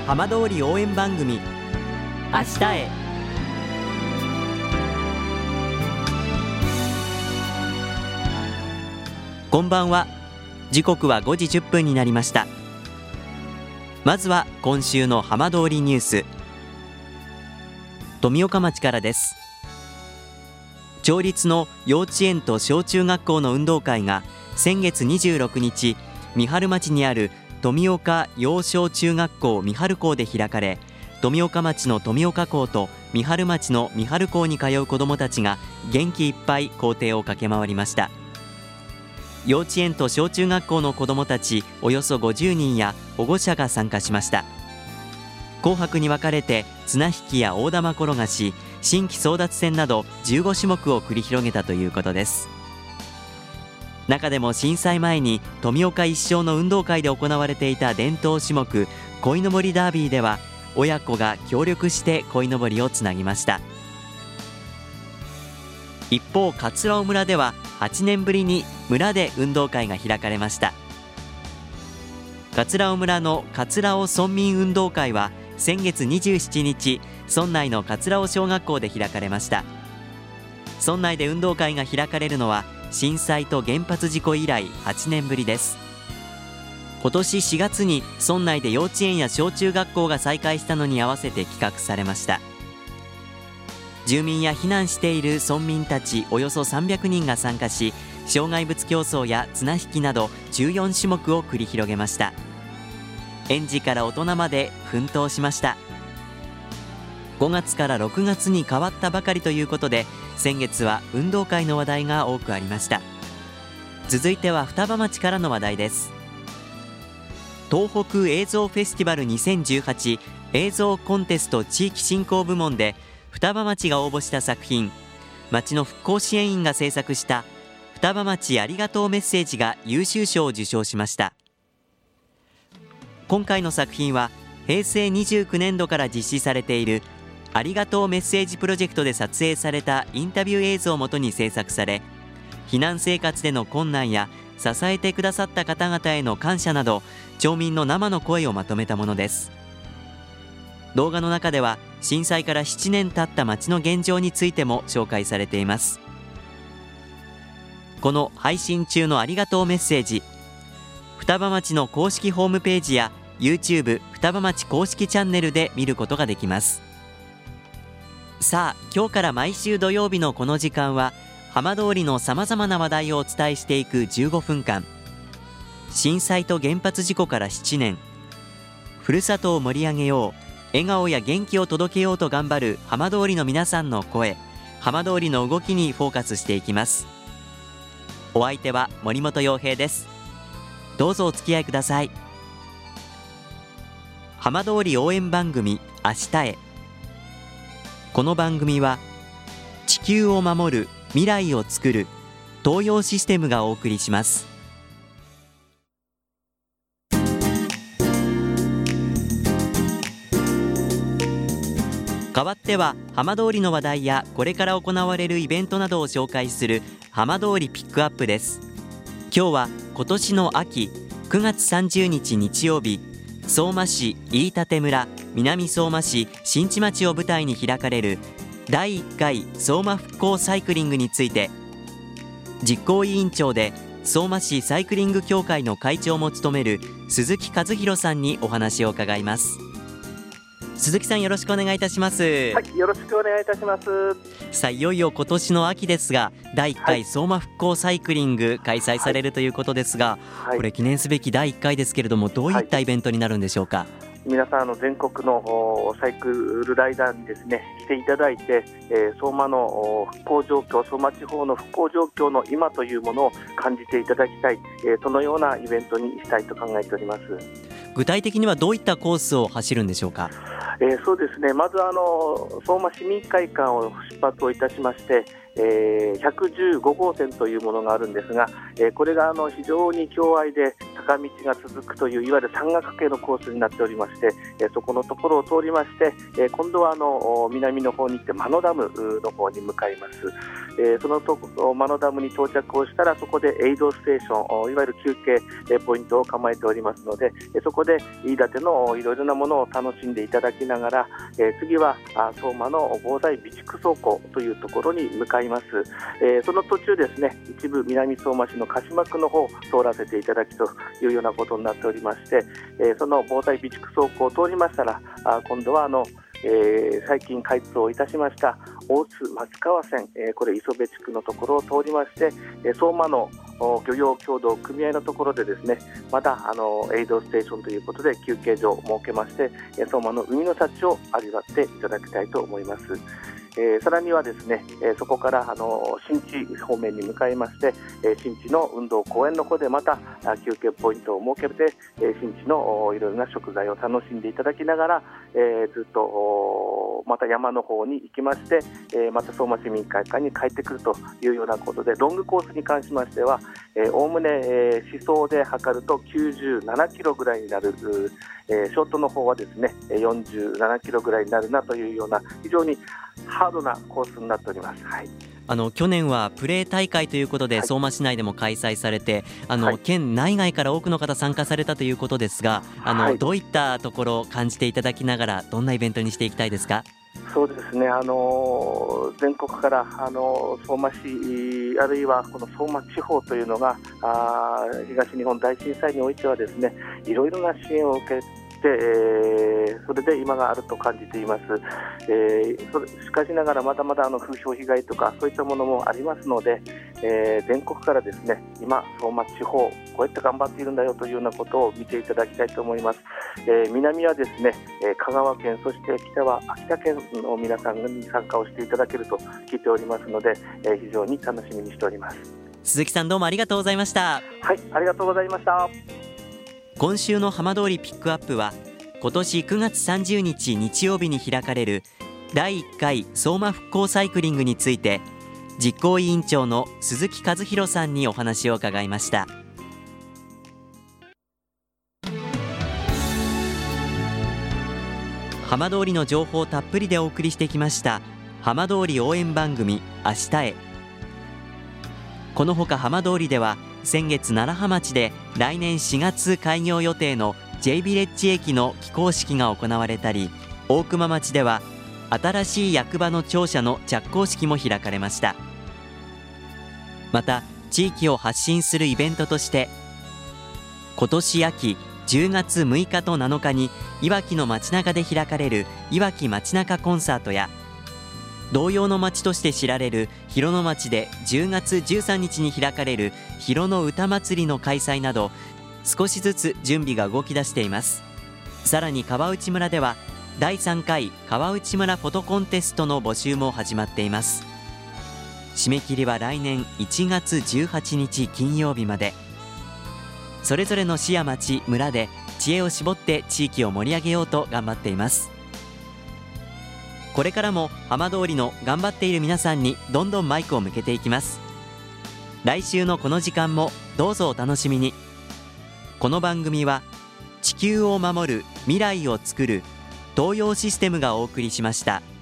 浜通り応援番組、明日へ。こんばんは。時刻は5時10分になりました。まずは今週の浜通りニュース。富岡町からです。町立の幼稚園と小中学校の運動会が先月26日、三春町にある富岡幼小中学校三春校で開かれ、富岡町の富岡校と三春町の三春校に通う子どもたちが元気いっぱい校庭を駆け回りました。幼稚園と小中学校の子どもたちおよそ50人や保護者が参加しました。紅白に分かれて綱引きや大玉転がし、新規争奪戦など15種目を繰り広げたということです。中でも震災前に富岡一生の運動会で行われていた伝統種目鯉のぼりダービーでは、親子が協力して鯉のぼりをつなぎました。一方、葛尾村では8年ぶりに村で運動会が開かれました。葛尾村の葛尾村民運動会は先月27日、村内の葛尾小学校で開かれました。村内で運動会が開かれるのは震災と原発事故以来8年ぶりです。今年4月に村内で幼稚園や小中学校が再開したのに合わせて企画されました。住民や避難している村民たちおよそ300人が参加し、障害物競争や綱引きなど14種目を繰り広げました。園児から大人まで奮闘しました。5月から6月に変わったばかりということで、先月は運動会の話題が多くありました。続いては双葉町からの話題です。東北映像フェスティバル2018映像コンテスト地域振興部門で双葉町が応募した作品、町の復興支援員が制作した双葉町ありがとうメッセージが優秀賞を受賞しました。今回の作品は平成29年度から実施されているありがとうメッセージプロジェクトで撮影されたインタビュー映像をもとに制作され、避難生活での困難や支えてくださった方々への感謝など、町民の生の声をまとめたものです。動画の中では震災から7年経った町の現状についても紹介されています。この配信中のありがとうメッセージ、双葉町の公式ホームページや YouTube 双葉町公式チャンネルで見ることができます。さあ、今日から毎週土曜日のこの時間は浜通りのさまざまな話題をお伝えしていく15分間。震災と原発事故から7年、ふるさとを盛り上げよう、笑顔や元気を届けようと頑張る浜通りの皆さんの声、浜通りの動きにフォーカスしていきます。お相手は森本洋平です。どうぞお付き合いください。浜通り応援番組、明日へ。この番組は地球を守る、未来をつくる東洋システムがお送りします。代わっては浜通りの話題やこれから行われるイベントなどを紹介する浜通りピックアップです。今日は今年の秋9月30日日曜日、相馬市飯舘村南相馬市新地町を舞台に開かれる第1回相馬復興サイクリングについて、実行委員長で相馬市サイクリング協会の会長も務める鈴木和弘さんにお話を伺います。鈴木さん、よろしくお願いいたします。 はい、よろしくお願いいたします。 さあ、いよいよ今年の秋ですが、第1回相馬復興サイクリング開催されるということですが、これ記念すべき第1回ですけれども、どういったイベントになるんでしょうか。 皆さん全国のサイクルライダーにですね来ていただいて、相馬の復興状況、相馬地方の復興状況の今というものを感じていただきたい、そのようなイベントにしたいと考えております。 具体的にはどういったコースを走るんでしょうか。 そうですね、まず相馬市民会館を出発をいたしまして、115号線というものがあるんですが、これが非常に狭隘で坂道が続くといういわゆる山岳系のコースになっておりまして、そこのところを通りまして、今度は南の方に行って真野ダムの方に向かいます。 その間野ダムに到着をしたら、そこでエイドステーション、いわゆる休憩ポイントを構えておりますので、そこで飯舘のいろいろなものを楽しんでいただきながら、次は相馬の防災備蓄倉庫というところに向かいます。その途中ですね、一部南相馬市の鹿島区の方を通らせていただきというようなことになっておりまして、その防災備蓄倉庫を通りましたら、今度は最近開通をいたしました大津松川線、これ磯部地区のところを通りまして、相馬の漁業協同組合のところでですね、またエイドステーションということで休憩所を設けまして、相馬の海の幸を味わっていただきたいと思います。さらにはですね、そこから新地方面に向かいまして、新地の運動公園の方でまた休憩ポイントを設けて、新地のいろいろな食材を楽しんでいただきながら、ずっとまた山の方に行きまして、また相馬市民会館に帰ってくるというようなことで、ロングコースに関しましてはおおむね思想で測ると97キロぐらいになる、ショートの方はですね47キロぐらいになるなというような非常にハードなコースになっております。はい、 去年はプレー大会ということで、相馬市内でも開催されて、県内外から多くの方参加されたということですが、どういったところを感じていただきながら、どんなイベントにしていきたいですか？ そうですね、全国から相馬市あるいはこの相馬地方というのが東日本大震災においてはですね、いろいろな支援を受けて、それで今があると感じています。しかしながらまだまだ風評被害とかそういったものもありますので、全国からですね、今相馬地方こうやって頑張っているんだよというようなことを見ていただきたいと思います。南はですね、香川県、そして北は秋田県の皆さんに参加をしていただけると聞いておりますので、非常に楽しみにしております。 鈴木さん、どうもありがとうございました。 はい、ありがとうございました。 今週の浜通りピックアップは、今年9月30日日曜日に開かれる第1回相馬復興サイクリングについて、実行委員長の鈴木和弘さんにお話を伺いました。浜通りの情報をたっぷりでお送りしてきました浜通り応援番組明日へ。このほか浜通りでは先月楢葉町で来年4月開業予定の J ビレッジ駅の起工式が行われたり、大熊町では新しい役場の庁舎の着工式も開かれました。また地域を発信するイベントとして、今年秋10月6日と7日にいわきの街中で開かれるいわき街中コンサートや、童謡の町として知られる広野町で10月13日に開かれる広野歌祭りの開催など、少しずつ準備が動き出しています。さらに川内村では第3回川内村フォトコンテストの募集も始まっています。締め切りは来年1月18日金曜日まで。それぞれの市や町、村で知恵を絞って地域を盛り上げようと頑張っています。これからも浜通りの頑張っている皆さんにどんどんマイクを向けていきます。来週のこの時間もどうぞお楽しみに。この番組は地球を守る、未来をつくる東洋システムがお送りしました。